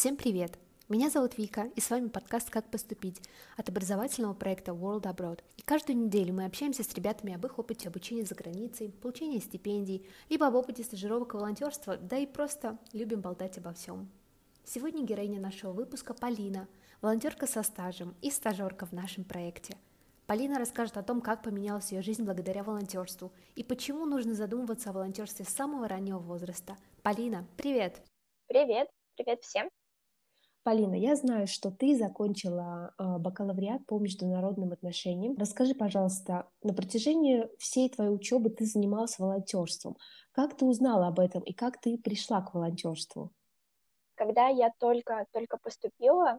Всем привет! Меня зовут Вика, и с вами подкаст «Как поступить» от образовательного проекта World Abroad. И каждую неделю мы общаемся с ребятами об их опыте обучения за границей, получения стипендий, либо об опыте стажировок и волонтерства, да и просто любим болтать обо всем. Сегодня героиня нашего выпуска Полина, волонтерка со стажем и стажерка в нашем проекте. Полина расскажет о том, как поменялась ее жизнь благодаря волонтерству и почему нужно задумываться о волонтерстве с самого раннего возраста. Полина, привет! Привет, привет всем. Полина, я знаю, что ты закончила бакалавриат по международным отношениям. Расскажи, пожалуйста, на протяжении всей твоей учебы ты занималась волонтерством. Как ты узнала об этом и как ты пришла к волонтерству? Когда я только поступила,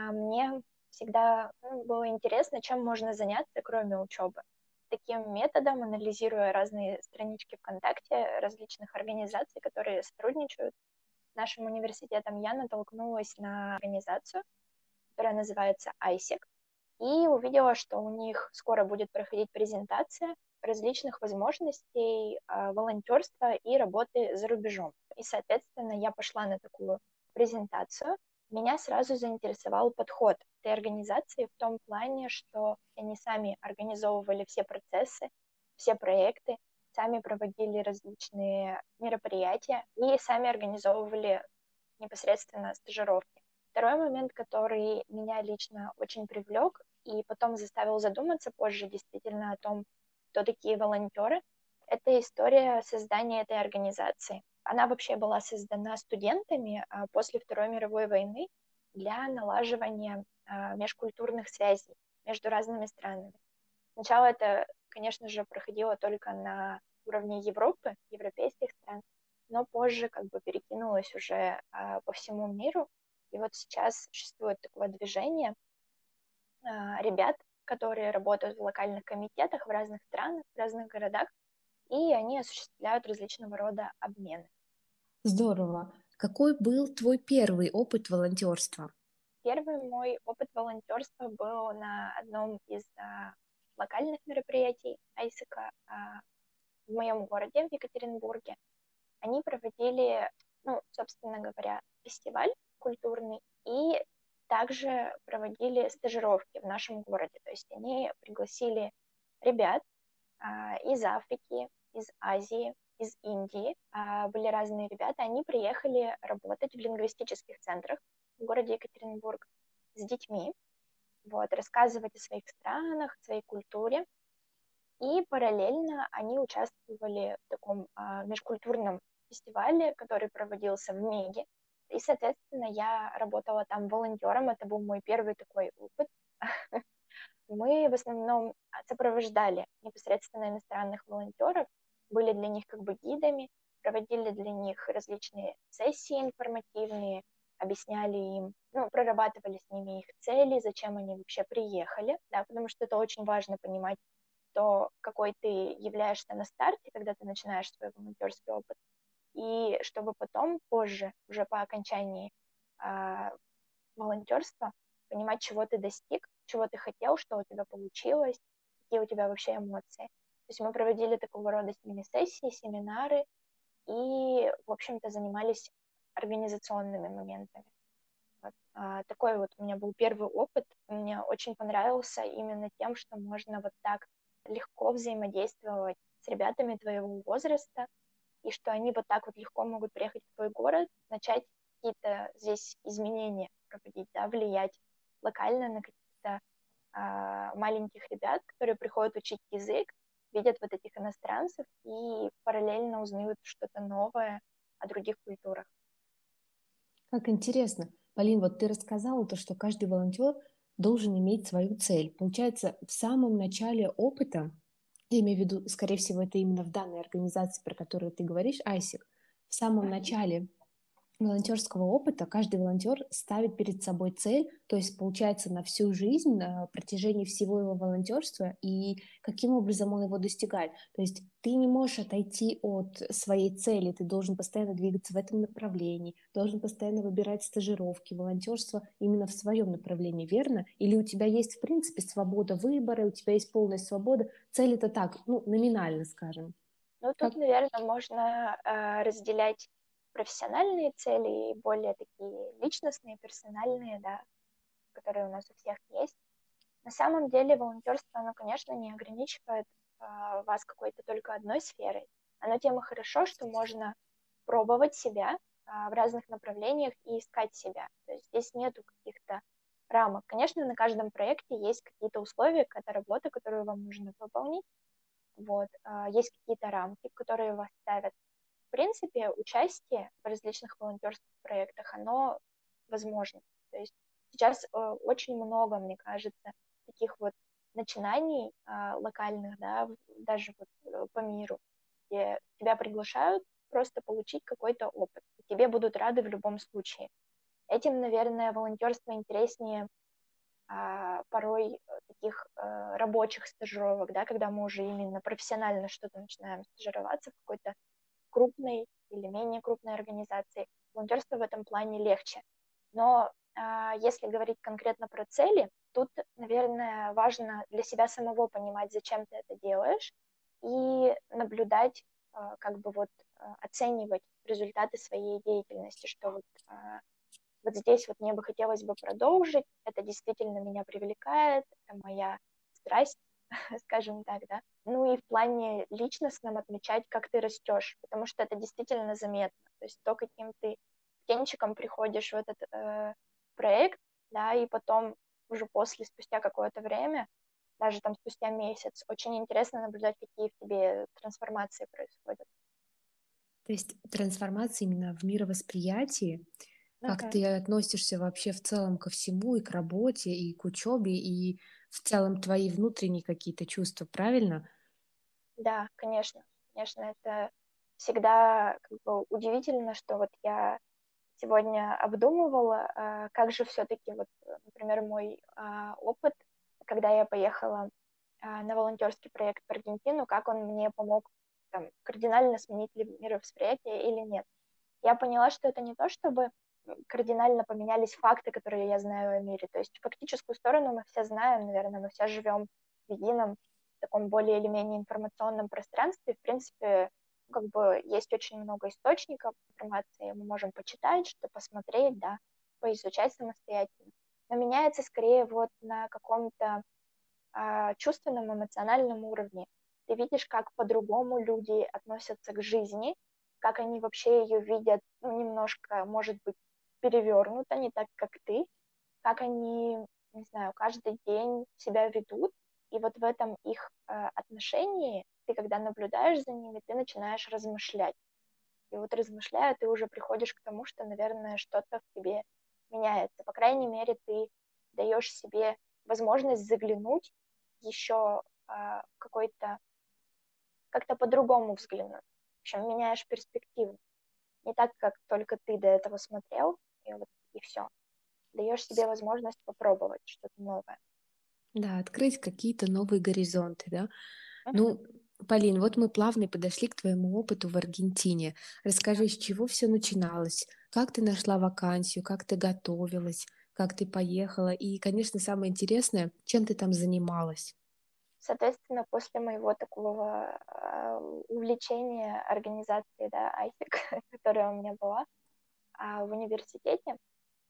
мне всегда было интересно, чем можно заняться, кроме учебы. Таким методом, анализируя разные странички ВКонтакте различных организаций, которые сотрудничают с нашим университетом, я натолкнулась на организацию, которая называется ISEC, и увидела, что у них скоро будет проходить презентация различных возможностей волонтерства и работы за рубежом. И, соответственно, я пошла на такую презентацию. Меня сразу заинтересовал подход этой организации в том плане, что они сами организовывали все процессы, все проекты, сами проводили различные мероприятия и сами организовывали непосредственно стажировки. Второй момент, который меня лично очень привлек и потом заставил задуматься позже действительно о том, кто такие волонтеры, это история создания этой организации. Она вообще была создана студентами после Второй мировой войны для налаживания межкультурных связей между разными странами. Сначала это, конечно же, проходило только на уровне Европы, европейских стран, но позже как бы перекинулось уже по всему миру. И вот сейчас существует такое движение ребят, которые работают в локальных комитетах в разных странах, в разных городах, и они осуществляют различного рода обмены. Здорово. Какой был твой первый опыт волонтерства? Первый мой опыт волонтерства был на одном из локальных мероприятий Айсека в моем городе, в Екатеринбурге. Они проводили, собственно говоря, фестиваль культурный и также проводили стажировки в нашем городе. То есть они пригласили ребят из Африки, из Азии, из Индии. Были разные ребята. Они приехали работать в лингвистических центрах в городе Екатеринбург с детьми, рассказывать о своих странах, своей культуре. И параллельно они участвовали в таком межкультурном фестивале, который проводился в Меге. И, соответственно, я работала там волонтером. Это был мой первый такой опыт. Мы в основном сопровождали непосредственно иностранных волонтеров, были для них как бы гидами, проводили для них различные сессии информативные, объясняли им, прорабатывали с ними их цели, зачем они вообще приехали, да, потому что это очень важно понимать, то, какой ты являешься на старте, когда ты начинаешь свой волонтерский опыт, и чтобы потом, позже, уже по окончании волонтерства, понимать, чего ты достиг, чего ты хотел, что у тебя получилось, какие у тебя вообще эмоции. То есть мы проводили такого рода с ними сессии, семинары и, в общем-то, занимались организационными моментами. Такой вот у меня был первый опыт. Мне очень понравился именно тем, что можно вот так легко взаимодействовать с ребятами твоего возраста, и что они вот так вот легко могут приехать в твой город, начать какие-то здесь изменения проводить, да, влиять локально на каких-то маленьких ребят, которые приходят учить язык, видят вот этих иностранцев и параллельно узнают что-то новое о других культурах. Как интересно. Полин, вот ты рассказала то, что каждый волонтер должен иметь свою цель. Получается, в самом начале опыта, я имею в виду, скорее всего, это именно в данной организации, про которую ты говоришь, ISEC, в самом начале волонтерского опыта каждый волонтер ставит перед собой цель, то есть получается на всю жизнь, на протяжении всего его волонтерства, и каким образом он его достигает. То есть ты не можешь отойти от своей цели, ты должен постоянно двигаться в этом направлении, должен постоянно выбирать стажировки, волонтерство именно в своем направлении, верно? Или у тебя есть, в принципе, свобода выбора, у тебя есть полная свобода, цель это так, номинально, скажем. Тут, наверное, можно разделять профессиональные цели и более такие личностные, персональные, да, которые у нас у всех есть. На самом деле волонтерство, оно, конечно, не ограничивает вас какой-то только одной сферой. Оно тем и хорошо, что можно пробовать себя в разных направлениях и искать себя. То есть здесь нету каких-то рамок. Конечно, на каждом проекте есть какие-то условия, какая-то работа, которую вам нужно выполнить. Вот. Есть какие-то рамки, которые вас ставят. В принципе, участие в различных волонтерских проектах, оно возможно. То есть сейчас очень много, мне кажется, таких вот начинаний локальных, да, даже вот по миру, где тебя приглашают просто получить какой-то опыт. Тебе будут рады в любом случае. Этим, наверное, волонтерство интереснее порой таких рабочих стажировок, да, когда мы уже именно профессионально что-то начинаем стажироваться в какой-то крупной или менее крупной организации. Волонтерство в этом плане легче. Но если говорить конкретно про цели, тут, наверное, важно для себя самого понимать, зачем ты это делаешь, и наблюдать, как бы вот оценивать результаты своей деятельности, что вот здесь вот мне бы хотелось бы продолжить, это действительно меня привлекает, это моя страсть, скажем так, да. Ну и в плане личностном отмечать, как ты растешь, потому что это действительно заметно. То есть то, каким ты птенчиком приходишь в этот проект, да, и потом уже после, спустя какое-то время, даже там спустя месяц, очень интересно наблюдать, какие в тебе трансформации происходят. То есть трансформация именно в мировосприятии, как Мгм. ты относишься вообще в целом ко всему, и к работе, и к учебе, и в целом твои внутренние какие-то чувства, правильно? Да, конечно, конечно, это всегда как бы удивительно, что вот я сегодня обдумывала, как же все-таки вот, например, мой опыт, когда я поехала на волонтерский проект в Аргентину, как он мне помог там, кардинально сменить ли мировосприятие или нет. Я поняла, что это не то, чтобы кардинально поменялись факты, которые я знаю о мире. То есть фактическую сторону мы все знаем, наверное, мы все живем в едином таком более или менее информационном пространстве. В принципе, как бы есть очень много источников информации, мы можем почитать, что посмотреть, да, поизучать самостоятельно. Но меняется скорее вот на каком-то чувственном, эмоциональном уровне. Ты видишь, как по-другому люди относятся к жизни, как они вообще ее видят, ну, немножко, может быть, перевернуто, не так, как ты, как они, не знаю, каждый день себя ведут, и вот в этом их отношении ты, когда наблюдаешь за ними, ты начинаешь размышлять. И вот размышляя, ты уже приходишь к тому, что, наверное, что-то в тебе меняется. По крайней мере, ты даешь себе возможность заглянуть еще какой-то, как-то по-другому взглянуть. В общем, меняешь перспективу. Не так, как только ты до этого смотрел, и все. Даешь себе возможность попробовать что-то новое. Да, открыть какие-то новые горизонты, да. Мгм. Ну, Полин, вот мы плавно подошли к твоему опыту в Аргентине. Расскажи, с чего все начиналось? Как ты нашла вакансию? Как ты готовилась? Как ты поехала? И, конечно, самое интересное, чем ты там занималась? Соответственно, после моего такого увлечения организацией, да, ISIC, которая у меня была в университете,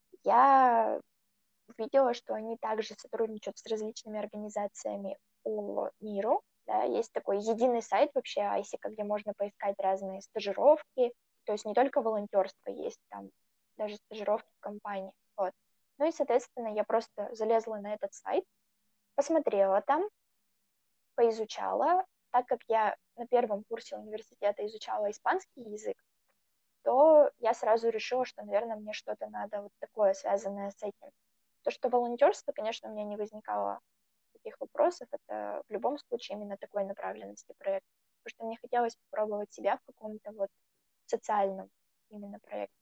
я увидела, что они также сотрудничают с различными организациями по миру. Да. Есть такой единый сайт вообще ISIC, где можно поискать разные стажировки. То есть не только волонтерство, есть там даже стажировки в компании. Вот. Ну и, соответственно, я просто залезла на этот сайт, посмотрела там, поизучала. Так как я на первом курсе университета изучала испанский язык, то я сразу решила, что, наверное, мне что-то надо вот такое, связанное с этим. То, что волонтерство, конечно, у меня не возникало таких вопросов, это в любом случае именно такой направленности проект. Потому что мне хотелось попробовать себя в каком-то вот социальном именно проекте.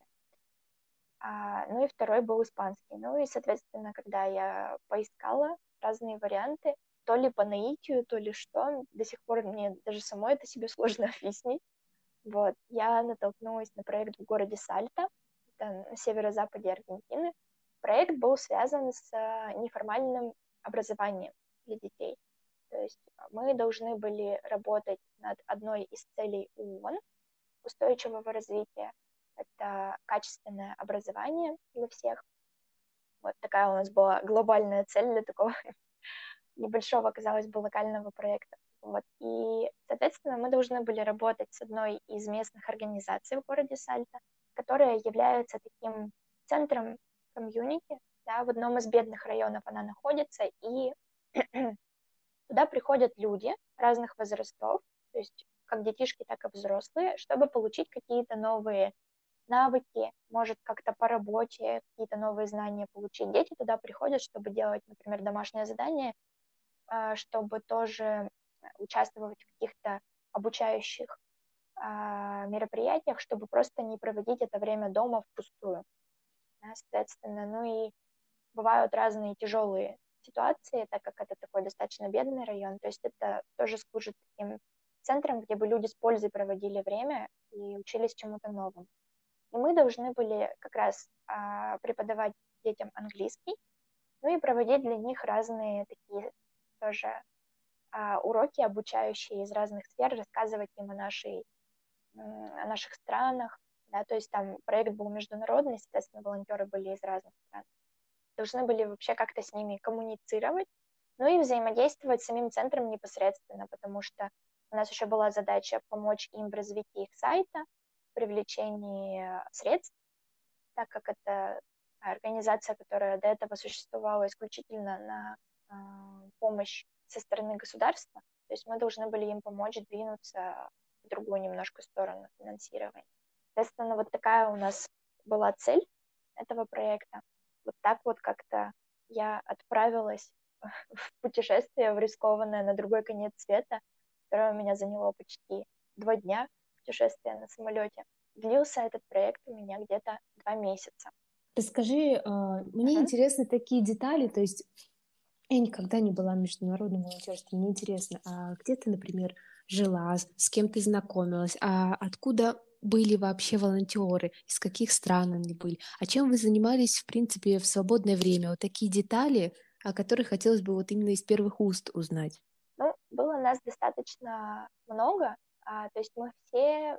Ну и второй был испанский. Ну и, соответственно, когда я поискала разные варианты, то ли по наитию, то ли что, до сих пор мне даже самой это себе сложно объяснить. Вот, я натолкнулась на проект в городе Сальта, это на северо-западе Аргентины. Проект был связан с неформальным образованием для детей. То есть мы должны были работать над одной из целей ООН, устойчивого развития. это качественное образование для всех. Вот такая у нас была глобальная цель для такого небольшого, казалось бы, локального проекта. Вот. И, соответственно, мы должны были работать с одной из местных организаций в городе Сальто, которая является таким центром комьюнити, да, в одном из бедных районов она находится, и туда приходят люди разных возрастов, то есть как детишки, так и взрослые, чтобы получить какие-то новые навыки, может, как-то по работе какие-то новые знания получить. Дети туда приходят, чтобы делать, например, домашнее задание, чтобы тоже участвовать в каких-то обучающих мероприятиях, чтобы просто не проводить это время дома впустую. Да, соответственно, ну и бывают разные тяжелые ситуации, так как это такой достаточно бедный район, то есть это тоже служит таким центром, где бы люди с пользой проводили время и учились чему-то новому. И мы должны были как раз преподавать детям английский, ну и проводить для них разные такие тоже уроки, обучающие из разных сфер, рассказывать им о наших странах, да, то есть там проект был международный, соответственно, волонтеры были из разных стран. Должны были вообще как-то с ними коммуницировать, ну и взаимодействовать с самим центром непосредственно, потому что у нас еще была задача помочь им в развитии их сайта, привлечении средств, так как это организация, которая до этого существовала исключительно на помощь со стороны государства, то есть мы должны были им помочь двинуться в другую немножко сторону финансирования. Соответственно, вот такая у нас была цель этого проекта. Вот так вот как-то я отправилась в путешествие, в рискованное на другой конец света, которое у меня заняло почти 2 дня путешествия на самолете. Длился этот проект у меня где-то 2 месяца. Расскажи, мне Мгм. интересны такие детали, то есть я никогда не была в международном волонтерстве, мне интересно, а где ты, например, жила, с кем ты знакомилась, а откуда были вообще волонтеры, из каких стран они были, а чем вы занимались, в принципе, в свободное время? Вот такие детали, о которых хотелось бы вот именно из первых уст узнать. Ну, было нас достаточно много, то есть мы все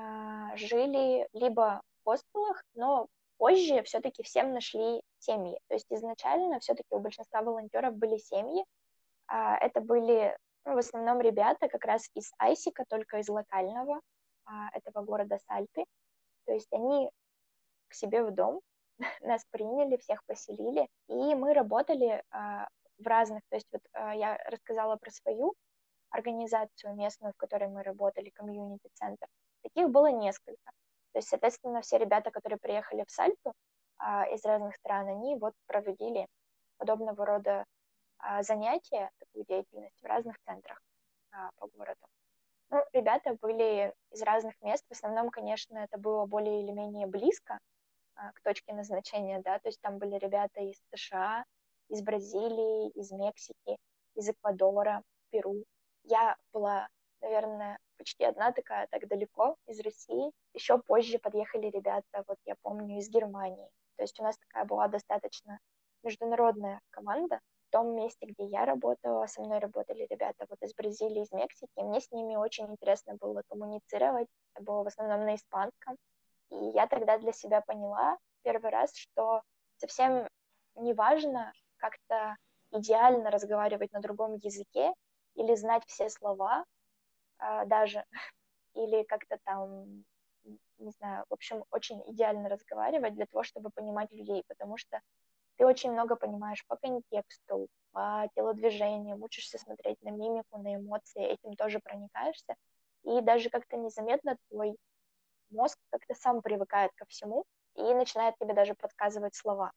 жили либо в хостелах, но позже все-таки всем нашли семьи. То есть изначально все-таки у большинства волонтеров были семьи. Это были в основном ребята как раз из Айсика, только из локального этого города Сальты. То есть они к себе в дом нас приняли, всех поселили, и мы работали в разных, то есть вот я рассказала про свою организацию местную, в которой мы работали, комьюнити-центр. Таких было несколько. То есть, соответственно, все ребята, которые приехали в Сальту из разных стран, они вот проводили подобного рода занятия, такую деятельность в разных центрах по городу. Ну, ребята были из разных мест. В основном, конечно, это было более или менее близко к точке назначения, да, то есть там были ребята из США, из Бразилии, из Мексики, из Эквадора, Перу. Я была, наверное, почти одна такая, так далеко, из России. Еще позже подъехали ребята, вот я помню, из Германии. То есть у нас такая была достаточно международная команда. В том месте, где я работала, со мной работали ребята вот из Бразилии, из Мексики. И мне с ними очень интересно было коммуницировать. Это было в основном на испанском. И я тогда для себя поняла первый раз, что совсем не важно как-то идеально разговаривать на другом языке или знать все слова даже, или как-то там, не знаю, в общем, очень идеально разговаривать для того, чтобы понимать людей, потому что ты очень много понимаешь по контексту, по телодвижениям, учишься смотреть на мимику, на эмоции, этим тоже проникаешься, и даже как-то незаметно твой мозг как-то сам привыкает ко всему и начинает тебе даже подсказывать слова.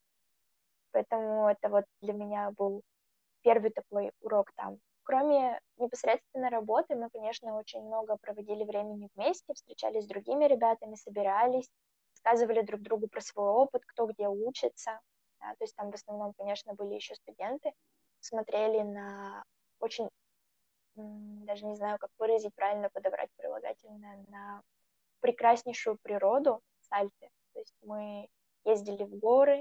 Поэтому это вот для меня был первый такой урок там. Кроме непосредственно работы, мы, конечно, очень много проводили времени вместе, встречались с другими ребятами, собирались, рассказывали друг другу про свой опыт, кто где учится. Да, то есть там в основном, конечно, были еще студенты, смотрели на очень, даже не знаю, как выразить правильно, подобрать прилагательное, на прекраснейшую природу Сальты. То есть мы ездили в горы,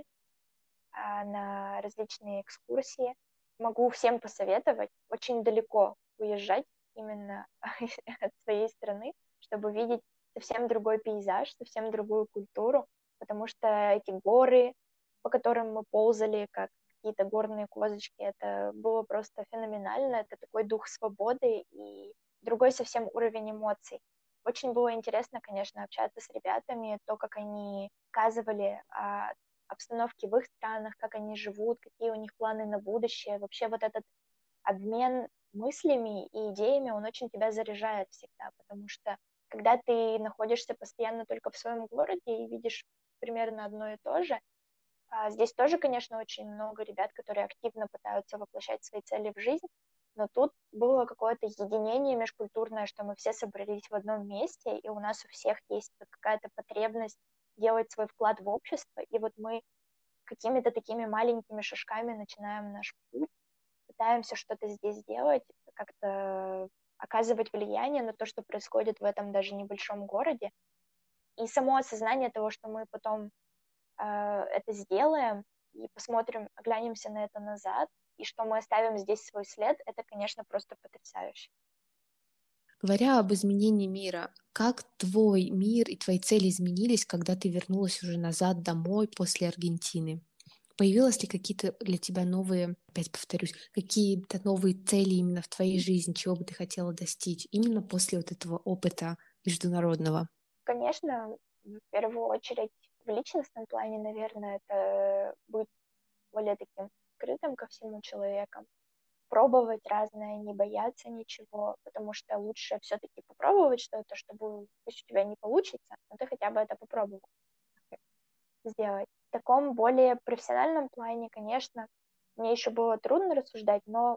на различные экскурсии. Могу всем посоветовать очень далеко уезжать именно от своей страны, чтобы видеть совсем другой пейзаж, совсем другую культуру, потому что эти горы, по которым мы ползали, как какие-то горные козочки, это было просто феноменально, это такой дух свободы и другой совсем уровень эмоций. Очень было интересно, конечно, общаться с ребятами, то, как они сказывали о обстановке в их странах, как они живут, какие у них планы на будущее. Вообще вот этот обмен мыслями и идеями, он очень тебя заряжает всегда, потому что когда ты находишься постоянно только в своем городе и видишь примерно одно и то же, здесь тоже, конечно, очень много ребят, которые активно пытаются воплощать свои цели в жизнь, но тут было какое-то единение межкультурное, что мы все собрались в одном месте, и у нас у всех есть вот какая-то потребность делать свой вклад в общество, и вот мы какими-то такими маленькими шажками начинаем наш путь, пытаемся что-то здесь делать, как-то оказывать влияние на то, что происходит в этом даже небольшом городе. И само осознание того, что мы потом это сделаем и посмотрим, оглянемся на это назад, и что мы оставим здесь свой след, это, конечно, просто потрясающе. Говоря об изменении мира, как твой мир и твои цели изменились, когда ты вернулась уже назад домой после Аргентины? Появилось ли какие-то для тебя новые, опять повторюсь, какие-то новые цели именно в твоей жизни, чего бы ты хотела достичь именно после вот этого опыта международного? Конечно, в первую очередь в личностном плане, наверное, это быть более таким открытым ко всему человеком, пробовать разное, не бояться ничего, потому что лучше все-таки попробовать что-то, чтобы пусть у тебя не получится, но ты хотя бы это попробовал сделать. В таком более профессиональном плане, конечно, мне еще было трудно рассуждать, но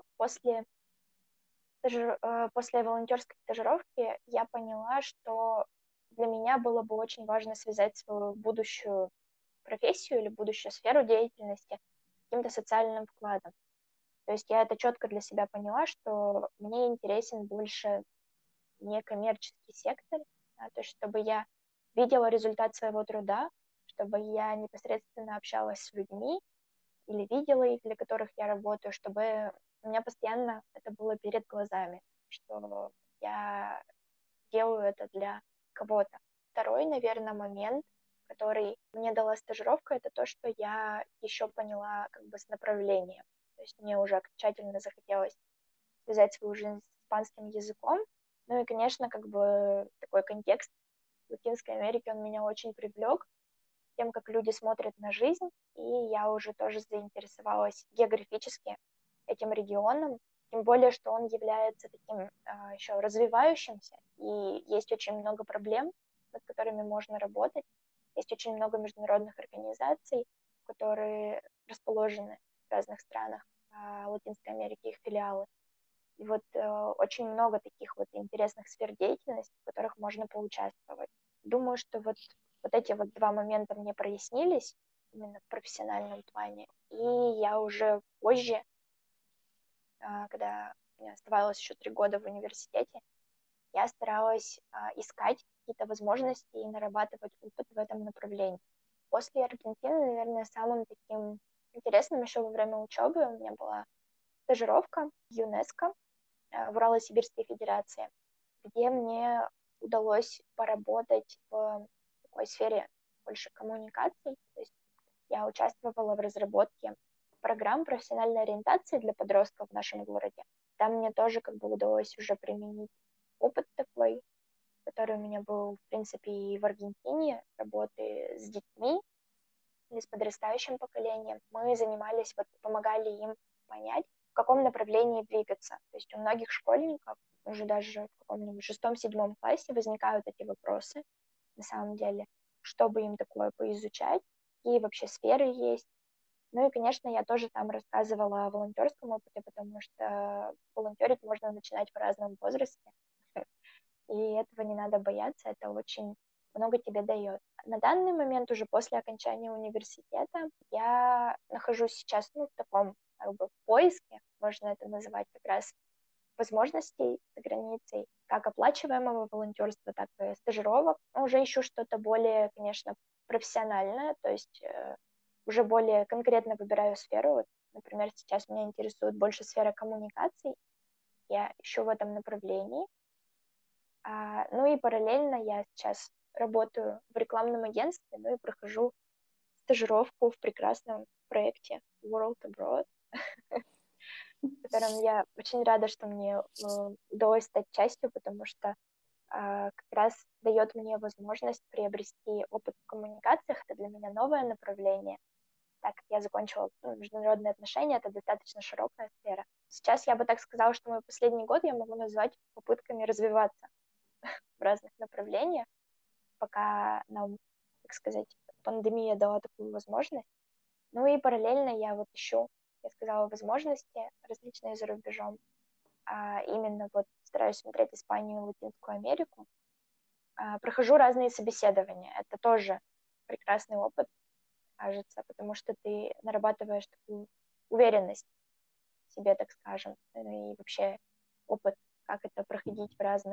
после волонтерской стажировки я поняла, что для меня было бы очень важно связать свою будущую профессию или будущую сферу деятельности с каким-то социальным вкладом. То есть я это четко для себя поняла, что мне интересен больше не коммерческий сектор, то есть чтобы я видела результат своего труда, чтобы я непосредственно общалась с людьми или видела их, для которых я работаю, чтобы у меня постоянно это было перед глазами, что я делаю это для кого-то. Второй, наверное, момент, который мне дала стажировка, это то, что я еще поняла как бы с направлением. То есть мне уже окончательно захотелось связать свою жизнь с испанским языком. Ну и, конечно, как бы такой контекст Латинской Америки, он меня очень привлек тем, как люди смотрят на жизнь, и я уже тоже заинтересовалась географически этим регионом, тем более, что он является таким еще развивающимся, и есть очень много проблем, над которыми можно работать, есть очень много международных организаций, которые расположены в разных странах Латинской Америки, их филиалы. И вот очень много таких вот интересных сфер деятельности, в которых можно поучаствовать. Думаю, что вот эти вот два момента мне прояснились именно в профессиональном плане. И я уже позже, когда мне оставалось еще 3 года в университете, я старалась искать какие-то возможности и нарабатывать опыт в этом направлении. После Аргентины, наверное, самым таким интересным еще во время учебы у меня была стажировка в ЮНЕСКО в Урало-Сибирской Федерации, где мне удалось поработать в такой сфере больше коммуникаций. То есть я участвовала в разработке программ профессиональной ориентации для подростков в нашем городе. Там мне тоже как бы удалось уже применить опыт такой, который у меня был, в принципе, и в Аргентине, работы с детьми или с подрастающим поколением. Мы занимались, вот помогали им понять, в каком направлении двигаться. То есть у многих школьников уже даже в каком-нибудь 6-7 классе возникают эти вопросы, на самом деле, чтобы им такое поизучать, какие вообще сферы есть. Ну и, конечно, я тоже там рассказывала о волонтерском опыте, потому что волонтерить можно начинать в разном возрасте, и этого не надо бояться, это очень много тебе дает. На данный момент, уже после окончания университета, я нахожусь сейчас, в таком как бы поиске, можно это называть как раз, возможностей за границей, как оплачиваемого волонтерства, так и стажировок. Но уже ищу что-то более, конечно, профессиональное, то есть уже более конкретно выбираю сферу. Вот, например, сейчас меня интересует больше сфера коммуникаций, я ищу в этом направлении. Ну и параллельно я сейчас работаю в рекламном агентстве, ну и прохожу стажировку в прекрасном проекте World Abroad, в котором я очень рада, что мне удалось стать частью, потому что как раз дает мне возможность приобрести опыт в коммуникациях. Это для меня новое направление. Так как я закончила международные отношения, это достаточно широкая сфера. Сейчас я бы так сказала, что мой последний год я могу назвать попытками развиваться в разных направлениях, пока нам, так сказать, пандемия дала такую возможность. Ну и параллельно я вот ищу, я сказала, возможности различные за рубежом. Именно вот стараюсь смотреть Испанию и Латинскую Америку. Прохожу разные собеседования. Это тоже прекрасный опыт, кажется, потому что ты нарабатываешь такую уверенность в себе, так скажем, и вообще опыт, как это проходить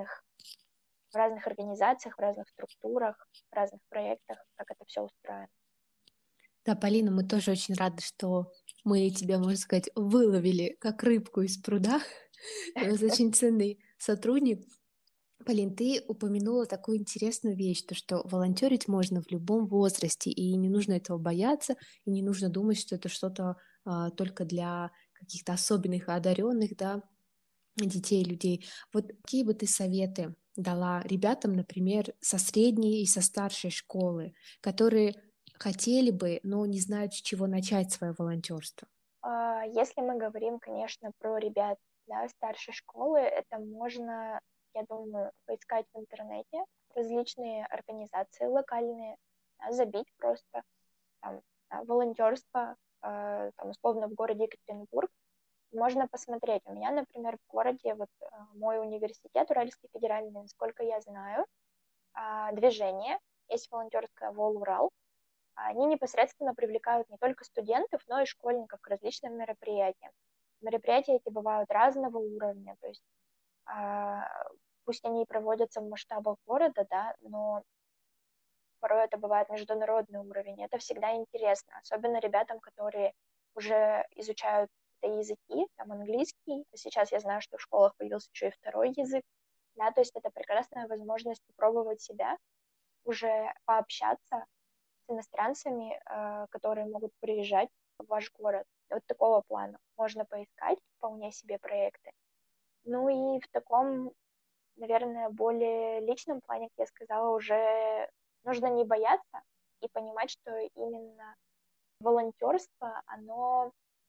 в разных организациях, в разных структурах, в разных проектах, как это все устроено. Да, Полина, мы тоже очень рады, что мы тебя, можно сказать, выловили как рыбку из пруда. У нас очень ценный сотрудник. Полин, ты упомянула такую интересную вещь, то что волонтерить можно в любом возрасте, и не нужно этого бояться, и не нужно думать, что это что-то только для каких-то особенных и одаренных, да, детей, людей. Вот какие бы ты советы дала ребятам, например, со средней и со старшей школы, которые хотели бы, но не знают, с чего начать свое волонтерство? Если мы говорим, конечно, про ребят, да, старшей школы, это можно, я думаю, поискать в интернете различные организации локальные, да, забить просто там, да, волонтерство, там, условно, в городе Екатеринбург. Можно посмотреть. У меня, например, в городе, вот мой университет, Уральский федеральный, насколько я знаю, движение, есть волонтерское ВолУрал, они непосредственно привлекают не только студентов, но и школьников к различным мероприятиям. Мероприятия эти бывают разного уровня, то есть пусть они и проводятся в масштабах города, да, но порой это бывает международный уровень. Это всегда интересно, особенно ребятам, которые уже изучают какие-то языки, там английский, а сейчас я знаю, что в школах появился еще и второй язык, да, то есть это прекрасная возможность попробовать себя, уже пообщаться с иностранцами, которые могут приезжать в ваш город. Вот такого плана можно поискать вполне себе проекты. Ну и в таком, наверное, более личном плане, как я сказала, уже нужно не бояться и понимать, что именно волонтерство, оно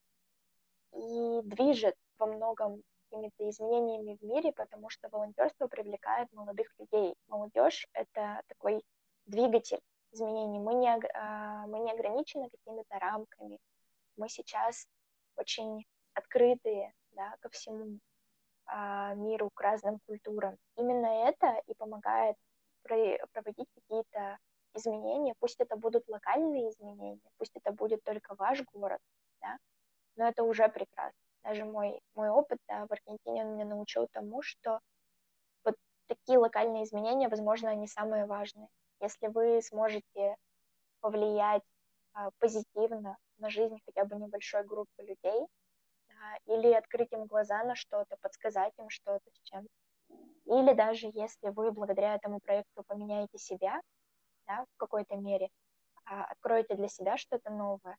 и движет во многом какими-то изменениями в мире, потому что волонтерство привлекает молодых людей. Молодежь — это такой двигатель изменений. Мы не ограничены какими-то рамками. Мы сейчас очень открытые, да, ко всему миру, к разным культурам. Именно это и помогает проводить какие-то изменения. Пусть это будут локальные изменения, пусть это будет только ваш город, да, но это уже прекрасно. Даже мой опыт, да, в Аргентине, он меня научил тому, что вот такие локальные изменения, возможно, они самые важные. Если вы сможете повлиять позитивно на жизнь хотя бы небольшой группы людей, да, или открыть им глаза на что-то, подсказать им что-то с чем. Или даже если вы благодаря этому проекту поменяете себя, да, в какой-то мере, откроете для себя что-то новое,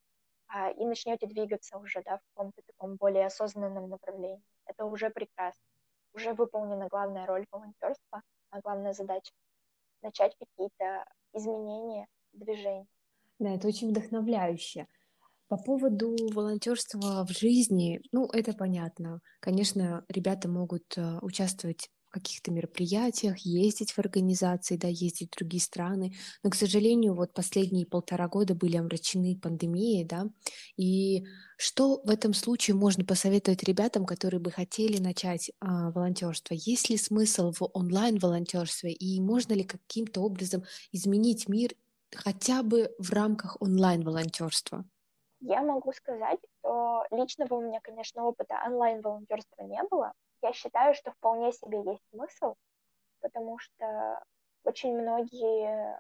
и начнете двигаться уже, да, в каком-то таком более осознанном направлении. Это уже прекрасно. Уже выполнена главная роль волонтерства, а главная задача — начать какие-то изменения, движения. Да, это очень вдохновляюще. По поводу волонтерства в жизни, ну, это понятно. Конечно, ребята могут участвовать в каких-то мероприятиях, ездить в организации, да, ездить в другие страны. Но, к сожалению, вот последние 1,5 года были омрачены пандемией, да. И что в этом случае можно посоветовать ребятам, которые бы хотели начать волонтерство? Есть ли смысл в онлайн-волонтерстве и можно ли каким-то образом изменить мир хотя бы в рамках онлайн-волонтерства? Я могу сказать, что личного у меня, конечно, опыта онлайн-волонтерства не было. Я считаю, что вполне себе есть смысл, потому что очень многие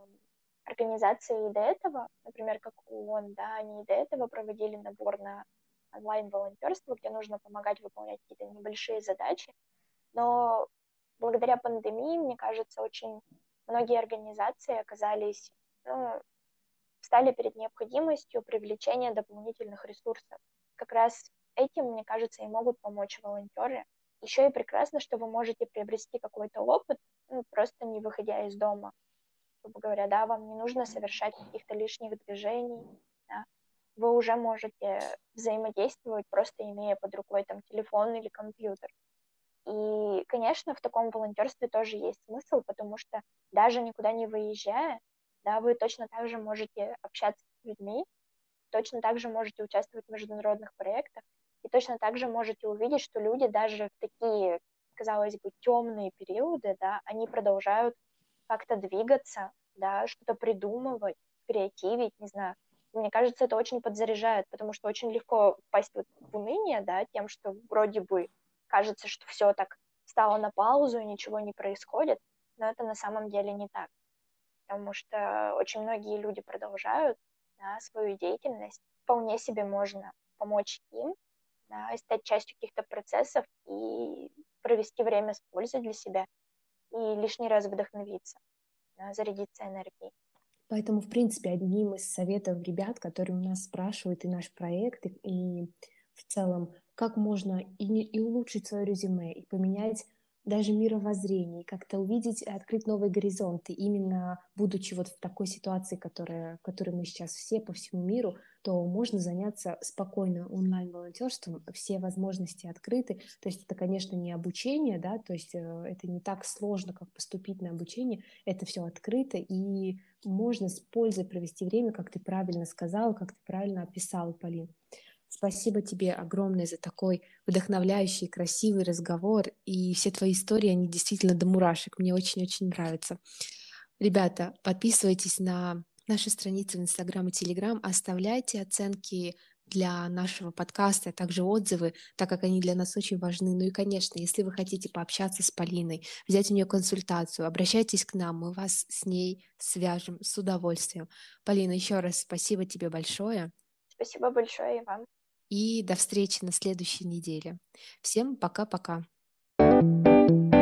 организации и до этого, например, как ООН, да, они и до этого проводили набор на онлайн-волонтерство, где нужно помогать выполнять какие-то небольшие задачи, но благодаря пандемии, мне кажется, очень многие организации оказались, встали перед необходимостью привлечения дополнительных ресурсов. Как раз этим, мне кажется, и могут помочь волонтеры. Еще и прекрасно, что вы можете приобрести какой-то опыт, просто не выходя из дома. Грубо говоря, да, вам не нужно совершать каких-то лишних движений, да. Вы уже можете взаимодействовать, просто имея под рукой там телефон или компьютер. И, конечно, в таком волонтерстве тоже есть смысл, потому что даже никуда не выезжая, да, вы точно так же можете общаться с людьми, точно так же можете участвовать в международных проектах, и точно так же можете увидеть, что люди даже в такие, казалось бы, темные периоды, да, они продолжают как-то двигаться, да, что-то придумывать, креативить, не знаю. Мне кажется, это очень подзаряжает, потому что очень легко впасть вот в уныние, да, тем, что вроде бы кажется, что все так стало на паузу и ничего не происходит, но это на самом деле не так, потому что очень многие люди продолжают, да, свою деятельность. Вполне себе можно помочь им, да, и стать частью каких-то процессов и провести время с пользой для себя и лишний раз вдохновиться, да, зарядиться энергией. Поэтому, в принципе, одним из советов ребят, которые у нас спрашивают и наш проект, и в целом, как можно и улучшить свое резюме, и поменять даже мировоззрение, и как-то увидеть, и открыть новые горизонты, именно будучи вот в такой ситуации, в которой мы сейчас все по всему миру, то можно заняться спокойно онлайн-волонтерством, все возможности открыты. То есть это, конечно, не обучение, да, то есть это не так сложно, как поступить на обучение, это все открыто, и можно с пользой провести время, как ты правильно сказала, как ты правильно описала, Полин. Спасибо тебе огромное за такой вдохновляющий, красивый разговор. И все твои истории, они действительно до мурашек. Мне очень-очень нравятся. Ребята, подписывайтесь на наши страницы в Инстаграм и Телеграм, оставляйте оценки для нашего подкаста, а также отзывы, так как они для нас очень важны. Ну и, конечно, если вы хотите пообщаться с Полиной, взять у нее консультацию, обращайтесь к нам, мы вас с ней свяжем с удовольствием. Полина, еще раз спасибо тебе большое. Спасибо большое и вам. И до встречи на следующей неделе. Всем пока-пока.